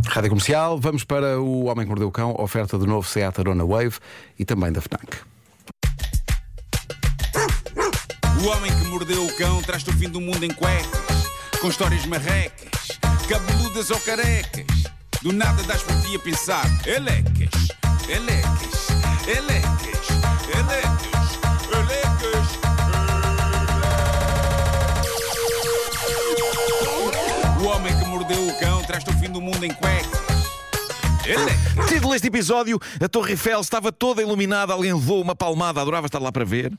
Rádio Comercial, vamos para o Homem que Mordeu o Cão, oferta do novo Seat Arona Wave e também da FNAC. O Homem que Mordeu o Cão traz-te o fim do mundo em cuecas, com histórias marrecas, cabeludas ou carecas. Do nada das por ti a pensar: elecas, elecas, elecas, elecas, elecas. O Homem que Mordeu o Cão traz-te o fim do mundo em cuecas. Título deste episódio: a Torre Eiffel estava toda iluminada, alguém levou uma palmada, adorava estar lá para ver.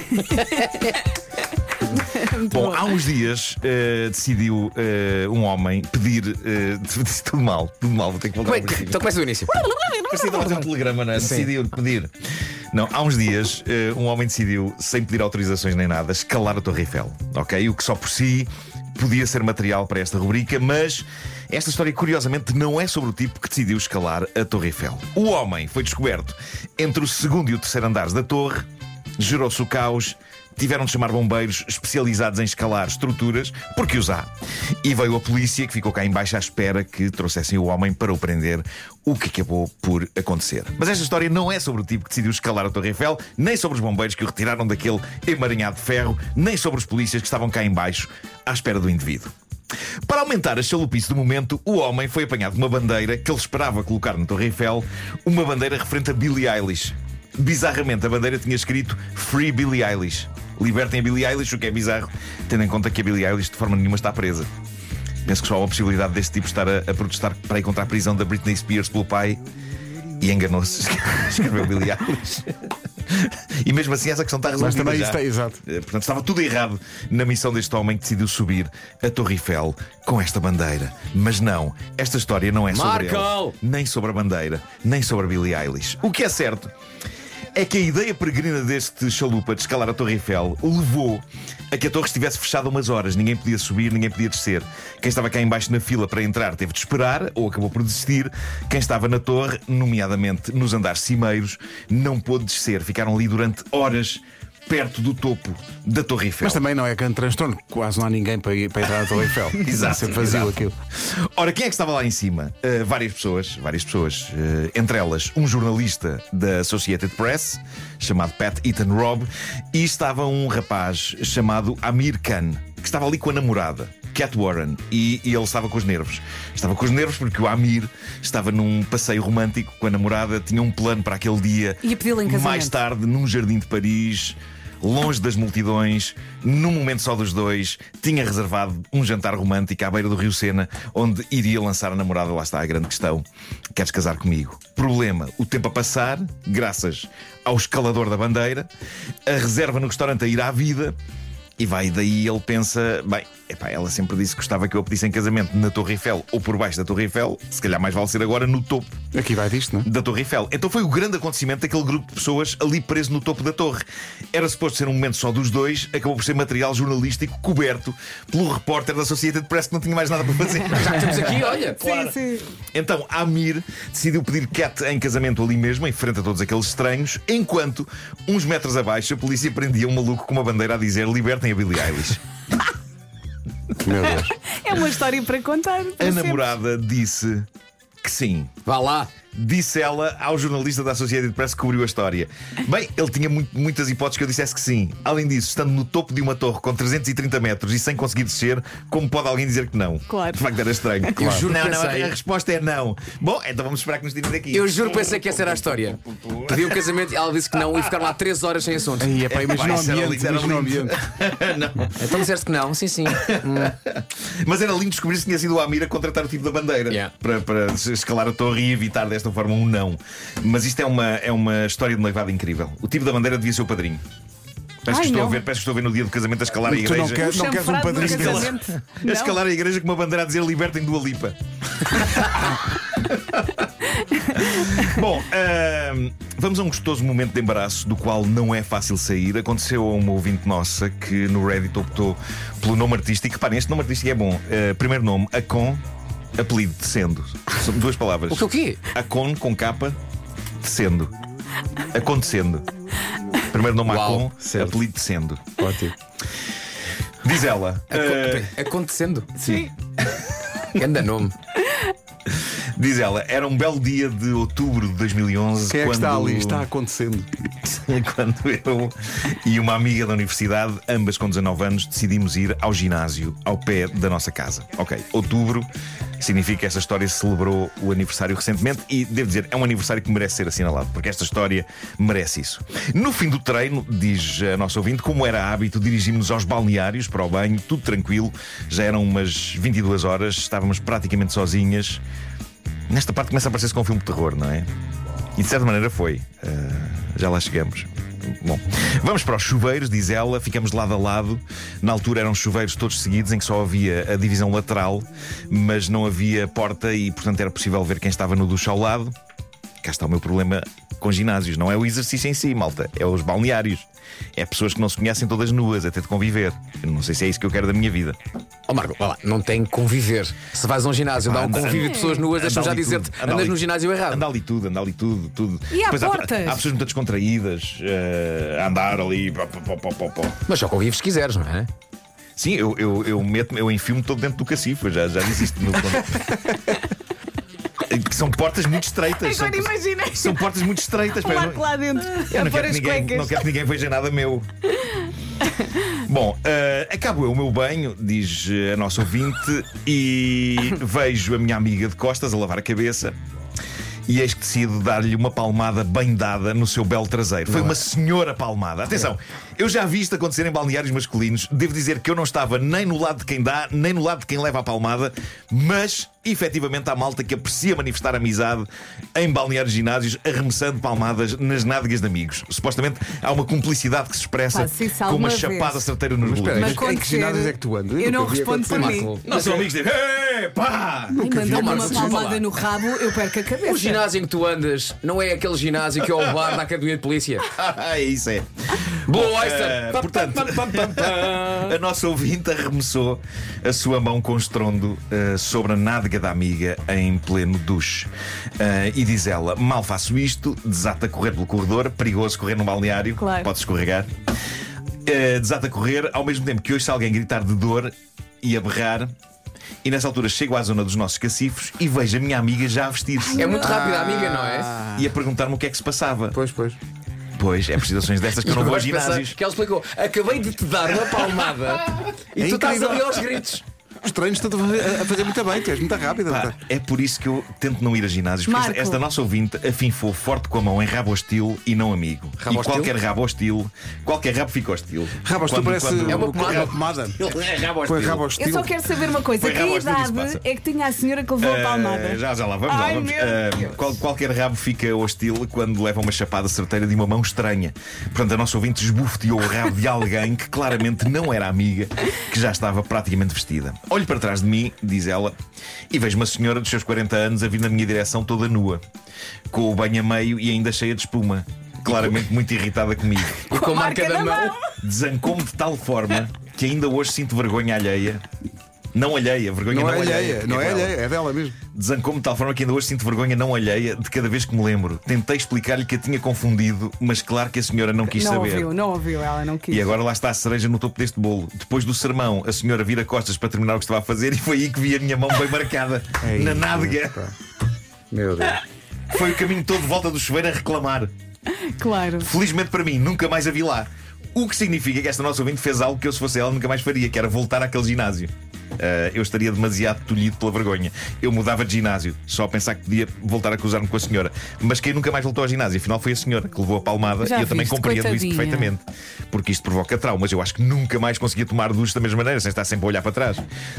Bom, há uns dias decidiu um homem pedir. Disse tudo mal, vou ter que voltar ao princípio. Então começa do início. Parecia que estava a um telegrama, não é? Decidiu pedir. Não, há uns dias um homem decidiu, sem pedir autorizações nem nada, escalar a Torre Eiffel. Ok? O que só por si podia ser material para esta rubrica, mas esta história, curiosamente, não é sobre o tipo que decidiu escalar a Torre Eiffel. O homem foi descoberto entre o segundo e o terceiro andares da torre, gerou-se o caos. Tiveram de chamar bombeiros especializados em escalar estruturas, porque os há. E veio a polícia, que ficou cá em baixo à espera que trouxessem o homem para o prender, o que acabou por acontecer. Mas esta história não é sobre o tipo que decidiu escalar a Torre Eiffel, nem sobre os bombeiros que o retiraram daquele emaranhado de ferro, nem sobre os polícias que estavam cá em baixo à espera do indivíduo. Para aumentar a chalupice do momento, o homem foi apanhado de uma bandeira que ele esperava colocar na Torre Eiffel, uma bandeira referente a Billie Eilish. Bizarramente, a bandeira tinha escrito Free Billie Eilish. Libertem a Billie Eilish, o que é bizarro, tendo em conta que a Billie Eilish de forma nenhuma está presa. Penso que só há uma possibilidade deste tipo estar a protestar para ir contra a prisão da Britney Spears pelo pai. E enganou-se, escreveu Billie Eilish. E mesmo assim essa questão está resolvida. Mas também já. isto é exato. Portanto, estava tudo errado na missão deste homem que decidiu subir a Torre Eiffel com esta bandeira. Mas não, esta história não é sobre ele, nem sobre a bandeira, nem sobre a Billie Eilish. O que é certo é que a ideia peregrina deste chalupa de escalar a Torre Eiffel levou a que a torre estivesse fechada umas horas. Ninguém podia subir, ninguém podia descer. Quem estava cá em baixo na fila para entrar teve de esperar, ou acabou por desistir. Quem estava na torre, nomeadamente nos andares cimeiros, não pôde descer. Ficaram ali durante horas, perto do topo da Torre Eiffel. Mas também não é grande transtorno, quase não há ninguém para entrar na Torre Eiffel. Exato, sempre vazio aquilo. Ora, quem é que estava lá em cima? Várias pessoas. Entre elas, um jornalista da Associated Press, chamado Pat Eaton Robb, e estava um rapaz chamado Amir Khan, que estava ali com a namorada, Cat Warren, e ele estava com os nervos. Estava com os nervos porque o Amir estava num passeio romântico com a namorada, tinha um plano para aquele dia. Ia pedi-la em casamento. Mais tarde, num jardim de Paris, longe das multidões, num momento só dos dois, tinha reservado um jantar romântico à beira do Rio Sena, onde iria lançar a namorada. Lá está a grande questão: queres casar comigo? Problema: o tempo a passar, graças ao escalador da bandeira, a reserva no restaurante a ir à vida. E vai daí ele pensa: bem, ela sempre disse que gostava que eu a pedisse em casamento na Torre Eiffel ou por baixo da Torre Eiffel, se calhar mais vale ser agora no topo. Aqui vai disto, não é? Da Torre Eiffel. Então foi o grande acontecimento daquele grupo de pessoas ali preso no topo da torre. Era suposto ser um momento só dos dois, acabou por ser material jornalístico coberto pelo repórter da Associated Press, que não tinha mais nada para fazer. Já estamos aqui, olha. Claro. Sim. Então Amir decidiu pedir Cat em casamento ali mesmo, em frente a todos aqueles estranhos, enquanto, uns metros abaixo, a polícia prendia um maluco com uma bandeira a dizer: libertem a Billie Eilish. Meu Deus. É uma história para contar. A namorada disse que sim. Vá lá. Disse ela ao jornalista da Associated Press que cobriu a história. Bem, ele tinha muitas hipóteses que eu dissesse que sim. Além disso, estando no topo de uma torre com 330 metros e sem conseguir descer, como pode alguém dizer que não? Claro. De facto era estranho. Eu juro que não, pensei. a resposta é não. Bom, então vamos esperar que nos tirem daqui. Eu juro que pensei que essa era a história. Pediu um casamento e ela disse que não e ficaram lá 3 horas sem assunto. Aí, imagina o isso era ambiente. lindo, Imagina o lindo. ambiente. Não. Então disseste que não? Sim. Mas era lindo descobrir se tinha sido o Amir a contratar o tipo da bandeira, Yeah. para escalar a torre e evitar desta forma um não. Mas isto é uma história de noivado incrível. O tipo da bandeira devia ser o padrinho. Parece que estou a ver no dia do casamento a escalar a Tu não igreja. queres um padrinho no dele. casamento. A escalar a igreja com uma bandeira a dizer libertem Dua Lipa. Bom, vamos a um gostoso momento de embaraço do qual não é fácil sair. Aconteceu a uma ouvinte nossa que no Reddit optou pelo nome artístico. Reparem, este nome artístico é bom. Primeiro nome, Acon, apelido Tecendo. São 2 palavras. O quê? Acon com capa, Tecendo. Acontecendo. Primeiro nome Uau, Acon, apelido Tecendo. Ótimo. Diz ela. Acontecendo? Sim. Ganda nome. Diz ela, era um belo dia de outubro de 2011. Quem é que quando... está ali? Está acontecendo. Quando eu e uma amiga da universidade, ambas com 19 anos, decidimos ir ao ginásio ao pé da nossa casa. Ok, outubro significa que esta história celebrou o aniversário recentemente e, devo dizer, é um aniversário que merece ser assinalado, porque esta história merece isso. No fim do treino, diz a nossa ouvinte, como era hábito, dirigimos-nos aos balneários para o banho, tudo tranquilo. Já eram umas 22 horas, estávamos praticamente sozinhas. Nesta parte começa a parecer-se com um filme de terror, não é? E de certa maneira foi. Já lá chegamos. Bom, vamos para os chuveiros, diz ela. Ficamos lado a lado. Na altura eram chuveiros todos seguidos, em que só havia a divisão lateral, mas não havia porta e, portanto, era possível ver quem estava no duche ao lado. Cá está o meu problema com ginásios. Não é o exercício em si, malta. É os balneários. É pessoas que não se conhecem todas nuas, até de conviver. Eu não sei se é isso que eu quero da minha vida. Ó Marco, vá lá, não tem que conviver. Se vais a um ginásio, dá um convívio de pessoas nuas, deixa-me já dizer-te, andas no ginásio errado. Anda ali tudo. E há Depois portas? há pessoas muito descontraídas a andar ali. Mas só convives se quiseres, não é? Sim, eu enfio-me todo dentro do cacifo. Já disse isto no que são portas muito estreitas. Agora imagina. São portas muito estreitas. O Marco lá dentro. Eu A não pôr quero, as cuecas. não quero que ninguém veja nada meu. Bom, acabo eu o meu banho, diz a nossa ouvinte, e vejo a minha amiga de costas a lavar a cabeça. E eis que decido dar-lhe uma palmada bem dada no seu belo traseiro. Foi uma senhora palmada. Atenção, eu já vi isto acontecer em balneários masculinos. Devo dizer que eu não estava nem no lado de quem dá, nem no lado de quem leva a palmada. Mas, efetivamente, há malta que aprecia manifestar amizade em balneários ginásios, arremessando palmadas nas nádegas de amigos. Supostamente há uma cumplicidade que se expressa com uma chapada certeira nos Espera, glúteos. em que ginásios é que tu andas? Eu não nunca vi respondo por acontecer. mim. Não são amigos de pá! Ai, mandando uma Marco, palmada no rabo, eu perco a O cabeça. ginásio em que tu andas não é aquele ginásio que é o bar da academia de polícia. Isso é. Boa, Oyster! Portanto, a nossa ouvinte arremessou a sua mão com estrondo sobre a nádega da amiga em pleno duche. E diz ela: mal faço isto, desata a correr pelo corredor, perigoso correr no balneário, Claro. pode escorregar. Desata a correr, ao mesmo tempo que ouço alguém gritar de dor e a berrar. E nessa altura chego à zona dos nossos cacifos e vejo a minha amiga já a vestir-se É muito rápida a amiga, não é? e a perguntar-me o que é que se passava. Pois. Pois, é por situações destas que eu não vou a Vais pensar ginásios. que ela explicou: acabei de te dar uma palmada e tu estás incrível. ali aos gritos. Os treinos estão a fazer muito bem, tu és muito rápida. Pá, é por isso que eu tento não ir a ginásios, porque Marco. esta nossa ouvinte afinfou forte com a mão em rabo hostil e não amigo. Rabo e hostil? qualquer rabo fica hostil. Rabo hostil parece É uma pomada. pomada. É rabo Põe hostil. rabo hostil. Eu só quero saber uma coisa: Foi que rabo hostil, isso idade passa. é que tinha a senhora que levou a palmada? Já lá vamos. Ai, vamos. meu Qualquer rabo fica hostil quando leva uma chapada certeira de uma mão estranha. Portanto, a nossa ouvinte esbofeteou o rabo de alguém que claramente não era amiga, que já estava praticamente vestida. Olho para trás de mim, diz ela, e vejo uma senhora dos seus 40 anos a vir na minha direção toda nua, com o banho a meio e ainda cheia de espuma. Claramente muito irritada comigo. E com a marca da mão. Desancou-me de tal forma que ainda hoje sinto vergonha alheia. Não alheia, vergonha Não não, é alheia, não é dela. alheia, é dela mesmo. Desancou-me de tal forma que ainda hoje sinto vergonha não alheia de cada vez que me lembro. Tentei explicar-lhe que a tinha confundido, mas claro que a senhora não quis Não saber. ouviu, ela não quis. E agora lá está a cereja no topo deste bolo. Depois do sermão, a senhora vira costas para terminar o que estava a fazer e foi aí que vi a minha mão bem marcada na nádega. Meu Deus. Foi o caminho todo de volta do chuveiro a reclamar. Claro. Felizmente para mim, nunca mais a vi lá. O que significa que esta nossa ouvinte fez algo que eu, se fosse ela, nunca mais faria, que era voltar àquele ginásio. Eu estaria demasiado tolhido pela vergonha. Eu mudava de ginásio, só a pensar que podia voltar a cruzar-me com a senhora. Mas quem nunca mais voltou ao ginásio, afinal, foi a senhora que levou a palmada. Já e eu também viste, compreendo isso coitadinha. perfeitamente. Porque isto provoca traumas. Eu acho que nunca mais conseguia tomar duche da mesma maneira, sem estar sempre a olhar para trás,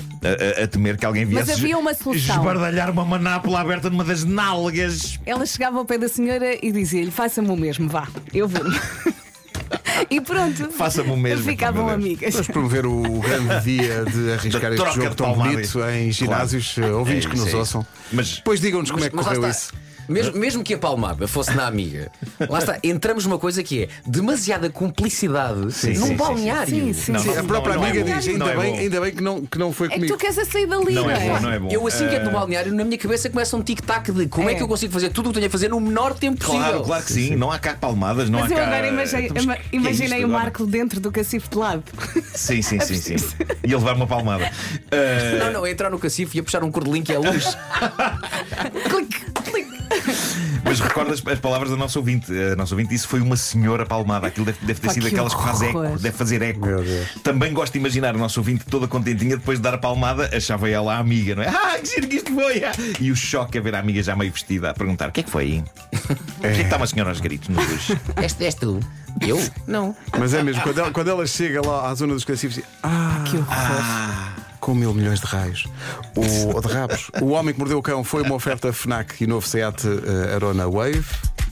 a temer que alguém viesse Mas havia uma solução. esbardalhar uma manápola aberta numa das nálgas. Ela chegava ao pé da senhora e dizia-lhe: faça-me o mesmo, vá, eu vou. E pronto. Faça-me o mesmo, Ficavam meu Deus. amigas. Vamos promover o grande dia de arriscar Da este troca jogo de tão palmadas. bonito em ginásios. Ouvintes que isso, nos é ouçam. isso. Mas- Depois digam-nos como é que Mas lá correu está. isso. Mesmo que a palmada fosse na amiga, lá está, entramos numa coisa que é demasiada cumplicidade num sim, balneário. Sim, sim. Não, Sim, a própria não é amiga bom. diz: Não é bom. ainda bem que não foi É que comigo. tu queres a sair dali, Não não é bom, é? não é bom. Eu assim que entro no balneário, na minha cabeça começa um tic-tac de como é É. que eu consigo fazer tudo o que tenho a fazer no menor tempo possível. Claro, claro que sim. Não há cá palmadas, não Mas há eu cá. agora Então, mas que é imaginei isto o agora? Marco dentro do cacifo de lado. Sim. E a levar uma palmada. Não, é entrar no cacifo e a puxar um cordelinho que é a luz. Mas recordas as palavras da nossa ouvinte. A nossa ouvinte disse foi uma senhora palmada. Aquilo deve ter sido aquelas que faz eco, deve fazer eco. Também gosto de imaginar a nossa ouvinte toda contentinha depois de dar a palmada, achava ela a amiga, não é? Que giro que isto foi! E o choque a ver a amiga já meio vestida a perguntar: o que é que foi? O que é que está uma senhora aos gritos no duche? És tu? Eu? Não. Mas é mesmo, quando ela chega lá à zona dos classifos, que horror. com 1000 milhões de raios. Ou de rabos. O Homem que Mordeu o Cão foi uma oferta FNAC e novo Seat Arona Wave.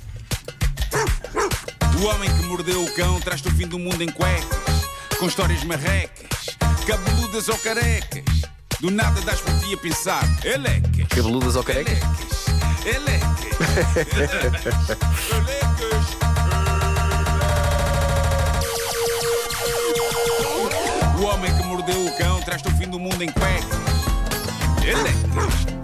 O Homem que Mordeu o Cão traz-te o fim do mundo em cuecas, com histórias marrecas, cabeludas ou carecas. Do nada das por ti a pensar. Elecas. Cabeludas ou carecas? Elecas. O Homem que Mordeu o Cão traz-te o fim do mundo em cuecas. Elecas.